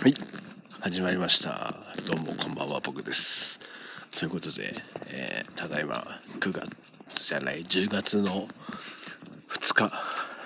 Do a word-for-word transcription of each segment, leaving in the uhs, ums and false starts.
はい、始まりました。どうもこんばんは、僕です。ということで、えー、ただいまくがつじゃないじゅうがつのふつか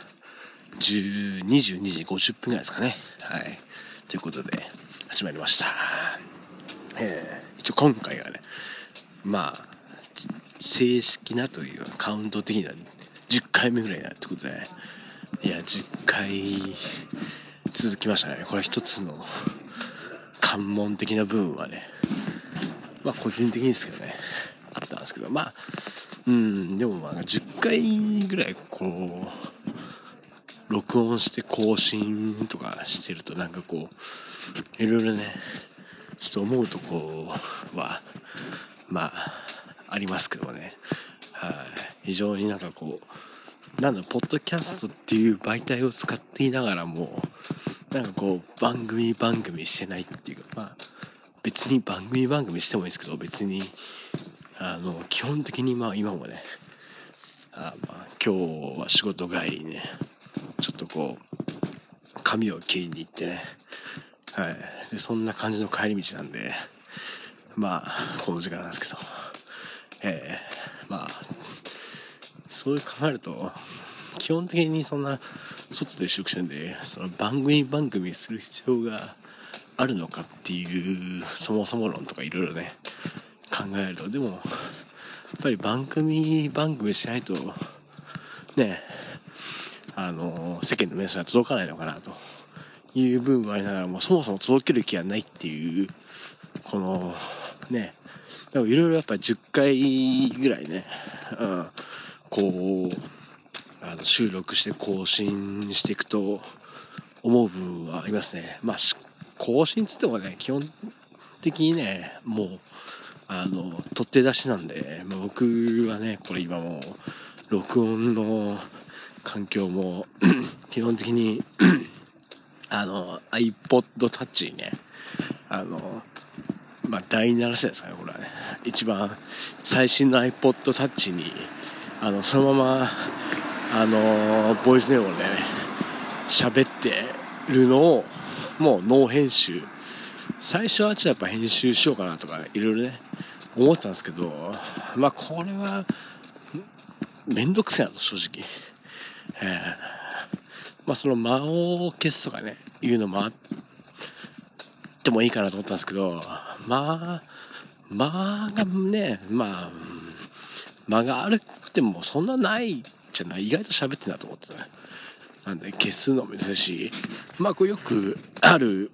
にじゅうにじごじゅっぷんぐらいですかね。はい、ということで始まりました。えー、一応今回がね、まあ正式なというカウント的にはじゅっかいめぐらいなってことで、ね、いやじゅっかい続きましたね。これは一つの関門的な部分はね、まあ個人的にですけどね、あったんですけど、まあうんでもまあじゅっかいぐらいこう録音して更新とかしてると、なんかこういろいろねちょっと思うとこはまあありますけどもね、はい、非常になんかこうなんだポッドキャストっていう媒体を使っていながらもなんかこう番組番組してないっていうか、まあ別に番組番組してもいいですけど、別にあの基本的にまあ今もね、あまあ今日は仕事帰りにねちょっとこう髪を切りに行ってね、はい、でそんな感じの帰り道なんで、まあこの時間なんですけど、えー、まあそういう考えると基本的にそんな外で収録してるんで、その番組番組する必要があるのかっていうそもそも論とかいろいろね考えると、でもやっぱり番組番組しないとね、あの世間の皆さんには届かないのかなという部分はありながらも、そもそも届ける気がないっていうこのね、でもいろいろやっぱりじゅっかいぐらいね、うん、こうあの収録して更新していくと思う部分はありますね。まあ更新つってもね基本的にねもうあの取って出しなんで、まあ、僕はねこれ今もう録音の環境も基本的にあの iPod Touch にねあのまあ第七世代ですかね、これはね一番最新の iPod Touch にあのそのままあのボイスメモでね喋ってるのをもうノー編集、最初はちょっとやっぱ編集しようかなとかいろいろね思ってたんですけど、まあこれはめんどくせえなと正直、えー、まあその間を消すとかねいうのもあってもいいかなと思ったんですけど、まあ間がねまあ間があるってもそんなないじゃない、意外と喋ってんだと思ってた、ね、なんで消すのもですし、まあこうよくある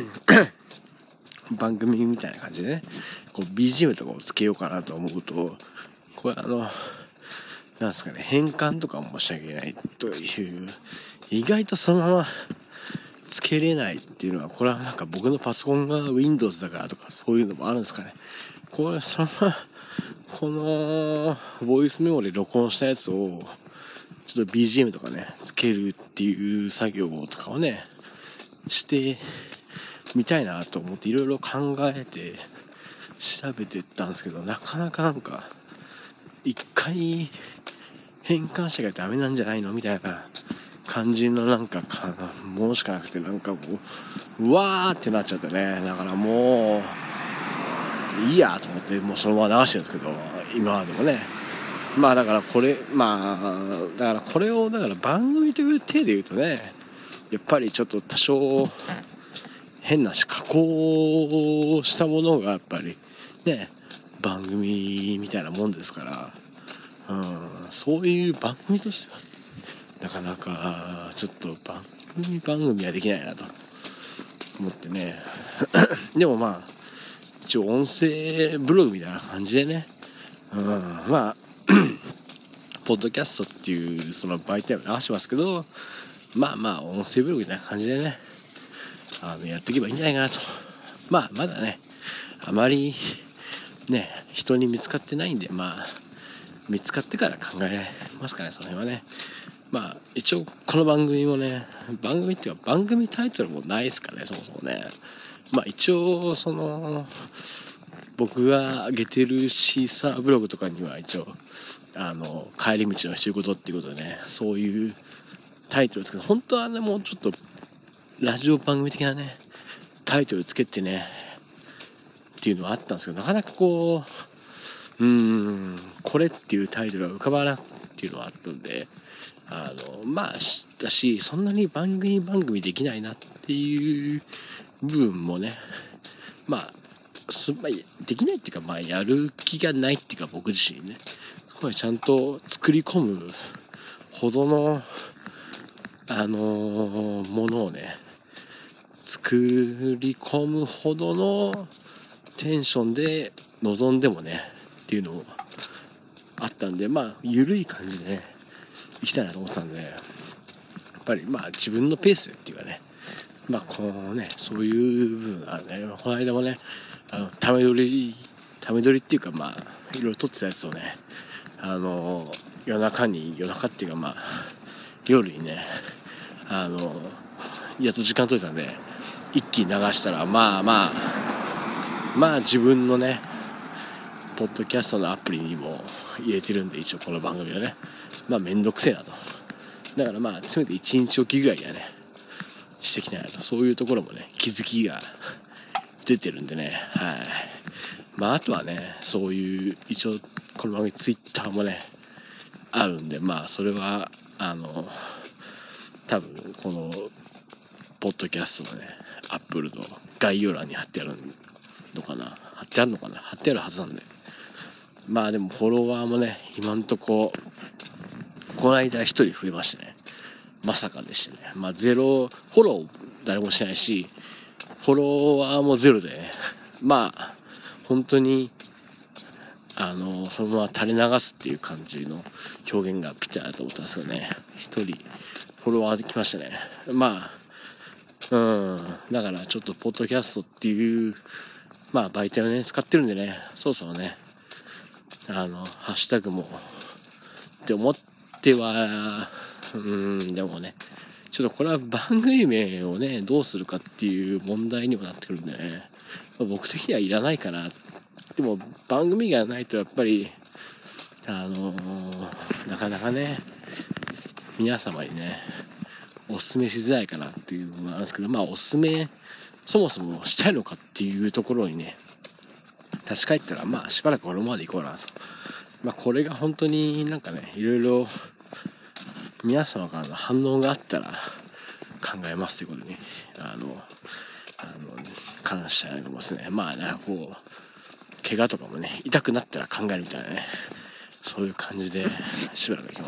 番組みたいな感じでねこう ビージーエム とかをつけようかなと思うと、これあのなんですかね変換とかもしなきゃいけないという、意外とそのままつけれないっていうのは、これはなんか僕のパソコンが Windows だからとかそういうのもあるんですかね。これそのままこのボイスメモで録音したやつをちょっと ビージーエム とかねつけるっていう作業とかをねしてみたいなと思っていろいろ考えて調べてったんですけど、なかなかなんか一回変換しなきゃダメなんじゃないのみたいな感じのなんかものしかなくて、なんかこううわーってなっちゃってね、だからもういいやと思ってもうそのまま流してるんですけど、今までもねまあだからこれまあだからこれをだから番組という体で言うとね、やっぱりちょっと多少変なし加工したものがやっぱりね番組みたいなもんですから、うん、そういう番組としてはなかなかちょっと番組番組はできないなと思ってねでもまあ一応音声ブログみたいな感じでね、うん、まあポッドキャストっていうその媒体を流してますけど、まあまあ音声ブログみたいな感じでねあのやっていけばいいんじゃないかなと。まあまだねあまりね人に見つかってないんで、まあ見つかってから考えますかね、その辺はね。まあ一応この番組もね番組っていうか番組タイトルもないですからね、そもそもね。まあ一応その僕が上げてるシーサーブログとかには一応あの帰り道の一言っていうことでねそういうタイトルですけど、本当はねもうちょっとラジオ番組的なねタイトルつけてねっていうのはあったんですけど、なかなかこううーんこれっていうタイトルが浮かばなくっていうのはあったんで、あのまあだし、そんなに番組番組できないなっていう部分もね、まあすまあ、できないっていうか、まあやる気がないっていうか、僕自身ねこれちゃんと作り込むほどのあのー、ものをね作り込むほどのテンションで臨んでもねっていうのもあったんで、まあ緩い感じでね行きたいなと思ってたんで、やっぱりまあ自分のペースでっていうかね、まあこのねそういう部分がね、この間もねあのため撮りため撮りっていうか、まあいろいろ撮ってたやつをね、あの夜中に夜中っていうかまあ夜にねあのやっと時間取れたんで一気に流したら、まあまあまあ自分のねポッドキャストのアプリにも入れてるんで、一応この番組はね、まあめんどくせえなと。だからまあせめていちにちおきぐらいにはねしてきたいなと、そういうところもね気づきが出てるんでね、はい。まああとはね、そういう一応この番組ツイッターもねあるんで、まあそれはあの多分このポッドキャストのねアップルの概要欄に貼ってあるのかな貼ってあるのかな貼ってあるはずなんで、まあでもフォロワーもね今んとここの間一人増えましてね、まさかでしたね。まあゼロフォロー誰もしないし、フォロワーもゼロで、ね、まあ本当にあのそのまま垂れ流すっていう感じの表現がぴったりだと思ったんですよね。一人フォロワーできましたね。まあうんだからちょっとポッドキャストっていうまあ媒体をね使ってるんでね、そろそろねあのハッシュタグもって思ってはうんでもねちょっとこれは番組名をねどうするかっていう問題にもなってくるんでね、僕的にはいらないかな。でも番組がないとやっぱりあのー、なかなかね皆様にねおすすめしづらいかなっていうのがあるんですけど、まあおすすめそもそもしたいのかっていうところにね立ち返ったら、まあしばらくこのままでいこうなと。まあこれが本当になんかねいろいろ皆様からの反応があったら考えますということにあのあの感謝ありますね。まあねこう怪我とかもね痛くなったら考えるみたいなね、そういう感じでしばらくいきます。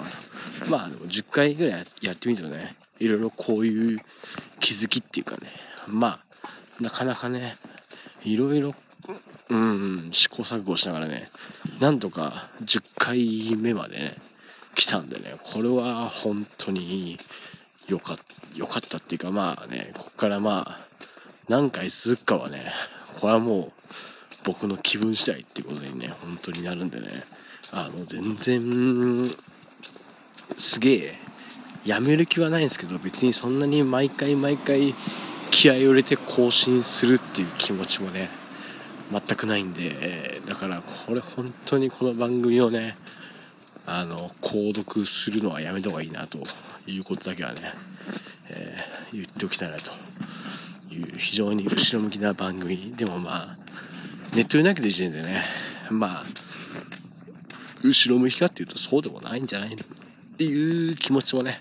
まあでもじゅっかいぐらいやってみるとねいろいろこういう気づきっていうかね、まあなかなかねいろいろうん試行錯誤しながらねなんとかじゅっかいめまでね来たんでね、これは本当によかったよかったっていうか、まあねこっからまあ何回続くかはねこれはもう僕の気分次第っていうことにね本当になるんでね、あの全然すげえやめる気はないんですけど、別にそんなに毎回毎回気合を入れて更新するっていう気持ちもね全くないんで、だからこれ本当にこの番組をねあの購読するのはやめた方がいいなということだけはね、えー、言っておきたいなという非常に後ろ向きな番組でも、まあネットになきて時点でねまあ後ろ向きかっていうとそうでもないんじゃないっていう気持ちもね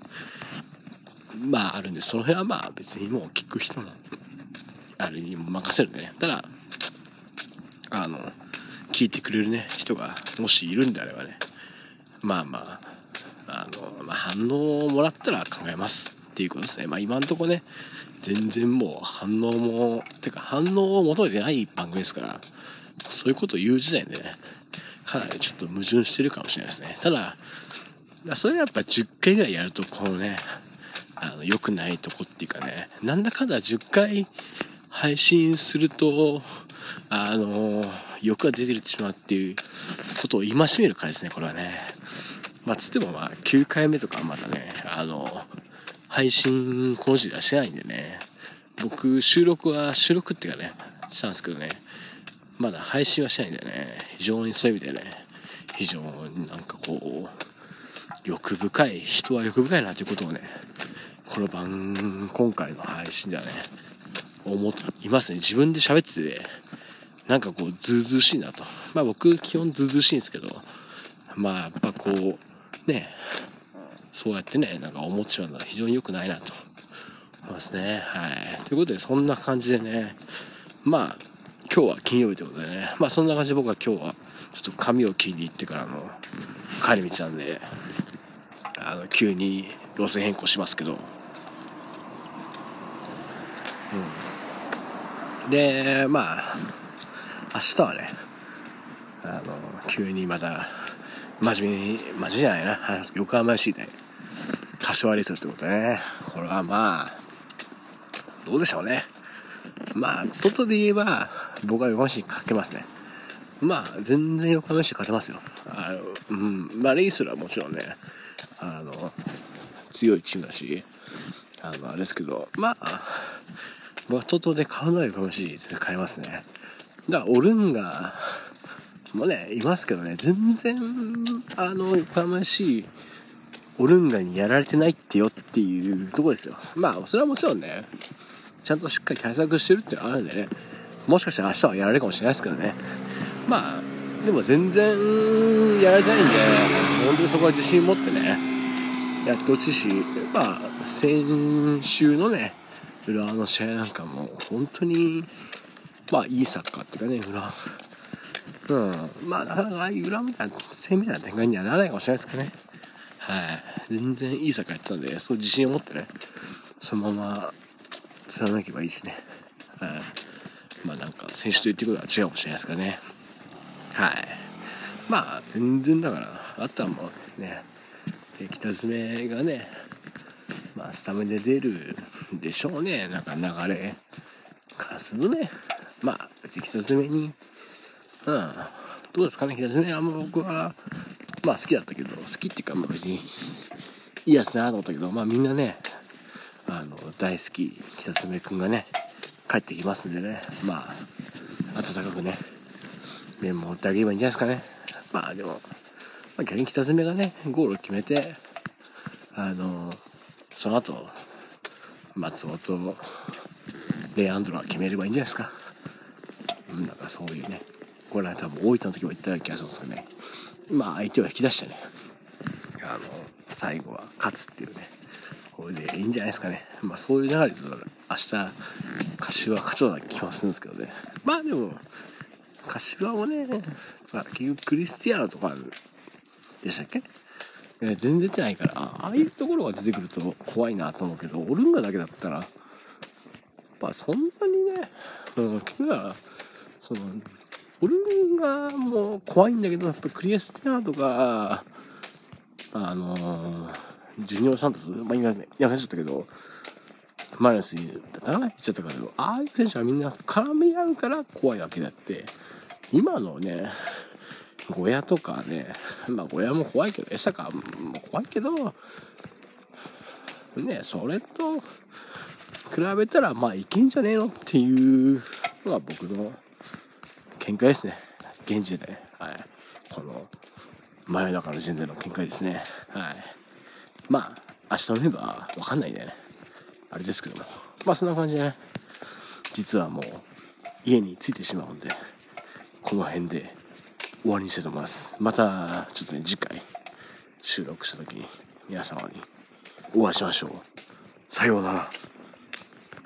まああるんで、その辺はまあ別にもう聞く人のあれに任せるんでね、ただあの聞いてくれるね人がもしいるんであればね、まあまああの、まあ、反応をもらったら考えますっていうことですね。まあ今んとこね全然もう反応もてか反応を求めてない番組ですから、そういうことを言う時点でねかなりちょっと矛盾してるかもしれないですね。ただそれはやっぱじゅっかいぐらいやるとこのねあの良くないとこっていうかね、なんだかんだじゅっかい配信するとあの欲が出てしまうっていうことを戒める回ですねこれはね。まあつってもまあきゅうかいめとかはまだねあの配信この時期はしてないんでね、僕収録は収録っていうかねしたんですけどね、まだ配信はしてないんでね、非常にそういう意味でね非常になんかこう欲深い人は欲深いなということをねこの番今回の配信ではね思いますね。自分で喋ってて、なんかこう、ずうずうしいなと。まあ僕、基本ずうずうしいんですけど、まあやっぱこう、ね、そうやってね、なんか思ってしまうのは非常に良くないなと思いますね。はい。ということで、そんな感じでね、まあ、今日は金曜日ということでね、まあそんな感じで僕は今日は、ちょっと髪を切りに行ってからの帰り道なんで、あの、急に路線変更しますけど、うん。で、まあ、明日はね、あの、急にまた、真面目に、真面目じゃないな、横浜市で、柏レイソルってことでね、これはまあ、どうでしょうね。まあ、トトで言えば、僕は横浜市にかけますね。まあ、全然横浜市勝てますよ。あの、うん、まあ、レイソルはもちろんね、あの、強いチームだし、あの、あれですけど、まあ、僕はトトで買うのは横浜市で買いますね。だから、オルンガもね、いますけどね、全然、あの、横浜市、オルンガにやられてないってよっていうとこですよ。まあ、それはもちろんね、ちゃんとしっかり対策してるってのはあるんでね、もしかしたら明日はやられるかもしれないですけどね。まあ、でも全然やられてないんで、本当にそこは自信持ってね、やってほしいし、まあ、先週のね、浦和の試合なんかも、本当に、まあ、いいサッカーっていうかね、浦和。うん。まあ、なかなかああいう浦和みたいな、攻めみたいな展開にはならないかもしれないですけどね。はい。全然いいサッカーやってたんで、そう自信を持ってね、そのまま貫けばいいしね。はい。まあなんか、選手と言ってくるのは違うかもしれないですからね。はい。まあ、全然だから、あとはもうね、北爪がね、まあ、スタメンで出るでしょうね。なんか流れからするとね。まあ、別に北爪に、うん、どうですかね、北爪はもう僕は、まあ好きだったけど、好きっていうか、まあ別に、いいやつだなと思ったけど、まあみんなね、あの、大好き、北爪くんがね、帰ってきますんでね、まあ、温かくね、面もってあげればいいんじゃないですかね。まあでも、まあ、逆に北爪がね、ゴールを決めて、あの、その後、松本、レアンドロが決めればいいんじゃないですか。うん、なんかそういうね、これは多分大分の時も言ったような気がしますけどね。まあ相手を引き出してね、あの、最後は勝つっていうね、これでいいんじゃないですかね。まあそういう流れで明日、柏勝ちそうな気がするんですけどね。まあでも、柏もね、結局クリスティアーノとかでしたっけ？全然出てないから、ああいうところが出てくると怖いなと思うけど、オルンガだけだったら、やっぱそんなにね、うん、結局は、その、オルンガも怖いんだけど、やっぱクリスティアーノとか、あのー、ジュニオサントス、まあ今ね、やめちゃったけど、マイナスだったかな言っちゃったけど、ああいう選手はみんな絡み合うから怖いわけだって、今のね、ゴヤとかね、まあゴヤも怖いけど、エサカも怖いけど、ね、それと比べたら、まあいけんじゃねえのっていうのが僕の見解ですね。現時点で、はい。この真夜中の時点での見解ですね。はい。まあ、明日のメンバーはわかんないんでね。あれですけども。まあそんな感じでね、実はもう家に着いてしまうんで、この辺で終わりにしたいと思います。また、ちょっとね、次回収録した時に皆様にお会いしましょう。さようなら。